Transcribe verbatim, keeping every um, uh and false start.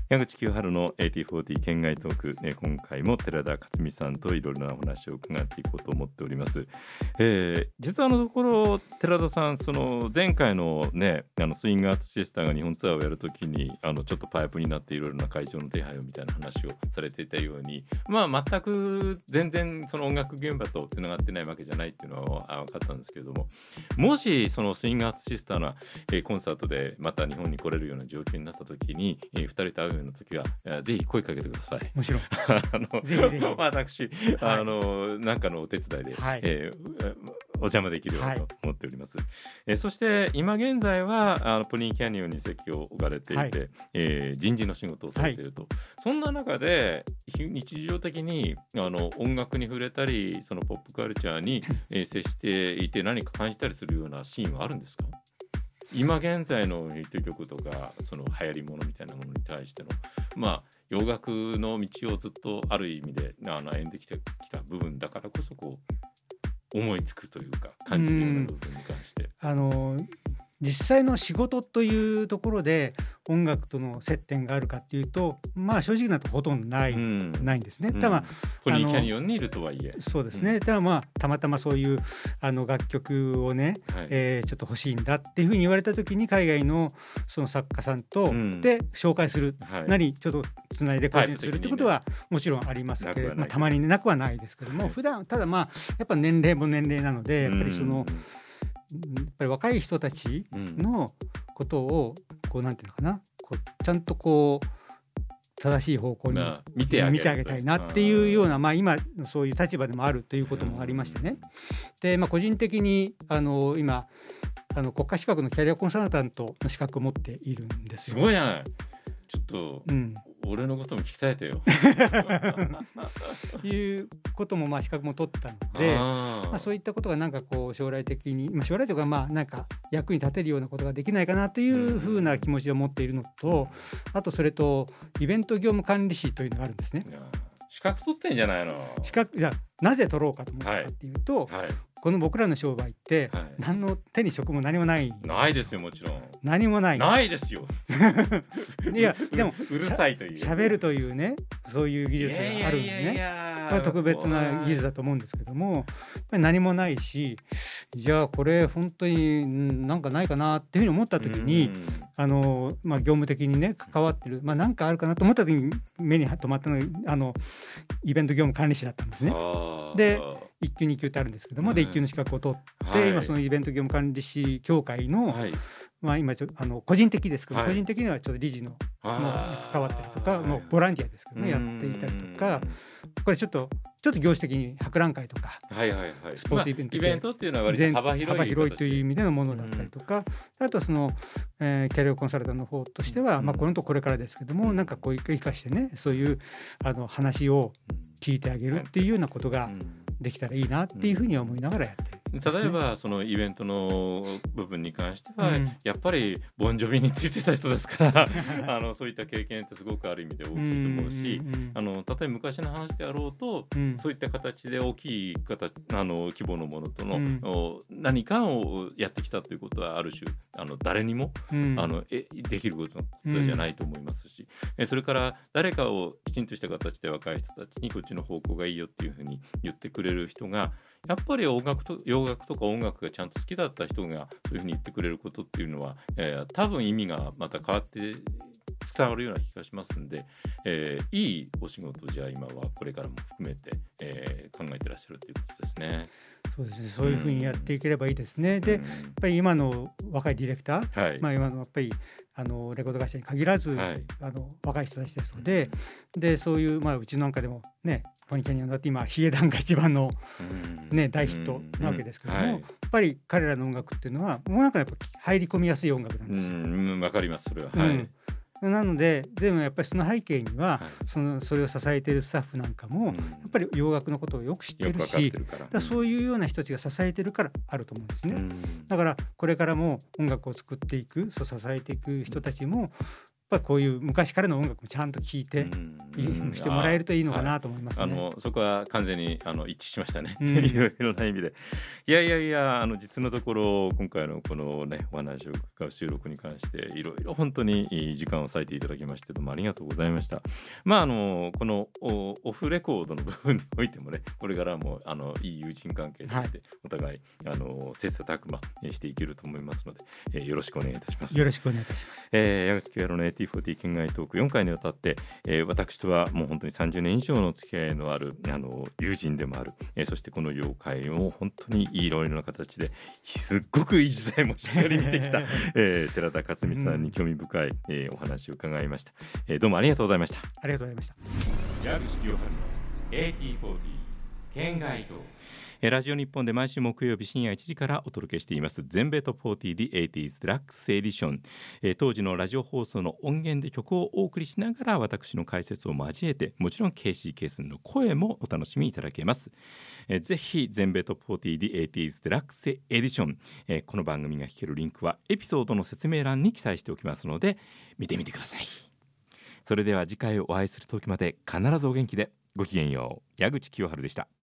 矢口清春のエイティーフォーティー県外トーク、ね、今回も寺田克美さんといろいろなお話を伺っていこうと思っております。えー、実はあのところ寺田さん、その前回のね、あのスイングアートシスターが日本ツアーをやるときにあのちょっとパイプになっていろいろな会場の手配をみたいな話をされていたように、まあ全く全然その音楽現場とつながってないわけじゃないっていうのは分かったんですけれども、もしそのスイングアートシスターの、えー、コンサートでまた日本に来れるような状況になったときに、えー、ふたりと会うような時はぜひ声かけてください。 もちろんあのぜひぜひ私、はい、あのなんかのお手伝いで、はい、えー、お邪魔できるようと思っております。はい、えー、そして今現在はあのプリンキャニオンに席を置かれていて、はい、えー、人事の仕事をされていると、はい、そんな中で日常的にあの音楽に触れたりそのポップカルチャーに、えー、接していて何か感じたりするようなシーンはあるんですか？今現在のヒット曲とかその流行りものみたいなものに対しての、まあ、洋楽の道をずっとある意味であの歩んできてきた部分だからこそこう思いつくというか感じるような部分に関して、 あの実際の仕事というところで音楽との接点があるかっていうと、まあ正直なとほとんどない、うん、ないんですね。 うん、 ただまあポニーキャニオンにいるとはいえ、 そうですね。うん、ただまあたまたまそういうあの楽曲をね、はい、えー、ちょっと欲しいんだっていうふうに言われた時に海外のその作家さんとで紹介する、うん、なりちょっとつないでコーディネートするってことはもちろんありますけど、まあ、たまになくはないですけども、はい、普段ただまあやっぱ年齢も年齢なのでやっぱりその、うん、やっぱり若い人たちのことをこうなんていうのかな、こうちゃんとこう正しい方向に見てあげたいなっていうような、まあ今そういう立場でもあるということもありましてね。で、まあ個人的にあの今あの国家資格のキャリアコンサルタントの資格を持っているんですよ。 すごいじゃない。ちょっと、うん、俺のことも聞きたいてよいうこともまあ資格も取ったので、あ、まあ、そういったことがなんかこう将来的に、まあ、将来というかまあなんか役に立てるようなことができないかなというふうな気持ちを持っているのと、あとそれとイベント業務管理士というのがあるんですね。 資格取ってんじゃないの？ 資格、いや、なぜ取ろうかと思ったかっていうと、はいはい、この僕らの商売って何の手に職も何もない。 ないですよ、もちろん。 何もない。 ないですよ。 いやでもうるさいという。 喋るというね、そういう技術があるんでね。これ特別な技術だと思うんですけども、やっぱり何もないし、じゃあこれ本当になんかないかなっていうふうに思った時に、あのまあ業務的にね関わってる、まあなんかあるかなと思った時に目に留まったのがあのイベント業務管理士だったんですね。でいっ級に級ってあるんですけども、うん、でいっ級の資格を取って、はい、今そのイベント業務管理士協会の、はい、まあ、今ちょあの個人的ですけど、はい、個人的にはちょっと理事のも関わったりとか、もうボランティアですけどね、やっていたりとか、これちょっとちょっと業種的に博覧会とか、 はいはいはい、 スポーツイベント、 まあ、イベントっていうのは割と幅広い幅広いという意味でのものだったりとか、あとその、えー、キャリアコンサルタントの方としては、うん、まあ、このとこれからですけども、なんかこう生かしてね、そういうあの話を聞いてあげるっていうようなことができたらいいなっていうふうに思いながらやってる。 例えばそのイベントの部分に関しては、うん、やっぱりボンジョビについてた人ですからあのそういった経験ってすごくある意味で大きいと思うし、うんうんうん、あの例えば昔の話であろうと、うん、そういった形で大きい形あの規模のものとの、うん、何かをやってきたということはある種あの誰にも、うん、あのえできることじゃないと思いますし、うん、それから誰かをきちんとした形で若い人たちにこっちの方向がいいよっていうふうに言ってくれる人がやっぱり音楽と洋楽とか音楽がちゃんと好きだった人がそういうふうに言ってくれることっていうのは、えー、多分意味がまた変わって伝わるような気がしますんで、えー、いいお仕事をじゃあ今はこれからも含めて、えー、考えてらっしゃるということですね。 そうですね、そういうふうにやっていければいいですね。うん、でやっぱり今の若いディレクター、はい、まあ、今のやっぱりあのレコード会社に限らず、はい、あの若い人たちですので、うん、でそういう、まあ、うちなんかでもねポニーキャニオンだって今ヒゲダンが一番の、ね、うん、大ヒットなわけですけども、うん、はい、やっぱり彼らの音楽っていうのはもうなんかやっぱ入り込みやすい音楽なんですよ。 うん、わかります、それは。はい、 うん、なのででもやっぱりその背景には、はい、そのそれを支えているスタッフなんかも、うん、やっぱり洋楽のことをよく知ってるし、だからそういうような人たちが支えてるからあると思うんですね。うん、だからこれからも音楽を作っていく、そう支えていく人たちもやっぱこういう昔からの音楽もちゃんと聴いてしてもらえるといいのかなと思いますね。 あのそこは完全にあの一致しましたね、うん、いろいろな意味で。いやいやいや、あの実のところ今回のこのねお話を伺う収録に関していろいろ本当にいい時間を割いていただきまして、どうもありがとうございました。まああのこのオフレコードの部分においてもね、これからもあのいい友人関係としてお互い、はい、あの切磋琢磨していけると思いますので、えー、よろしくお願いいたします。 よろしくお願いいたします。 えー、矢口清原の エーティーフォーティー 県外トークよんかいにわたって、えー、私とはもう本当にさんじゅうねん以上の付き合いのあるあの友人でもある、えー、そしてこの業界を本当にいろいろな形ですっごくいい時代もしっかり見てきた、えー、寺田克美さんに興味深い、えー、お話を伺いました。えー、どうもありがとうございました。 ありがとうございました。 矢口清原の エーティーフォーティー 県外トーク、ラジオ日本で毎週木曜日深夜いちじからお届けしています全米トップフォーティー The エイティーズ デラックスエディション、えー、当時のラジオ放送の音源で曲をお送りしながら私の解説を交えて、もちろん ケーシー ケースの声もお楽しみいただけます。えー、ぜひ全米トップフォーティー The エイティーズ デラックスエディション、えー、この番組が聴けるリンクはエピソードの説明欄に記載しておきますので見てみてください。それでは次回お会いする時まで必ずお元気で。ごきげんよう。矢口清春でした。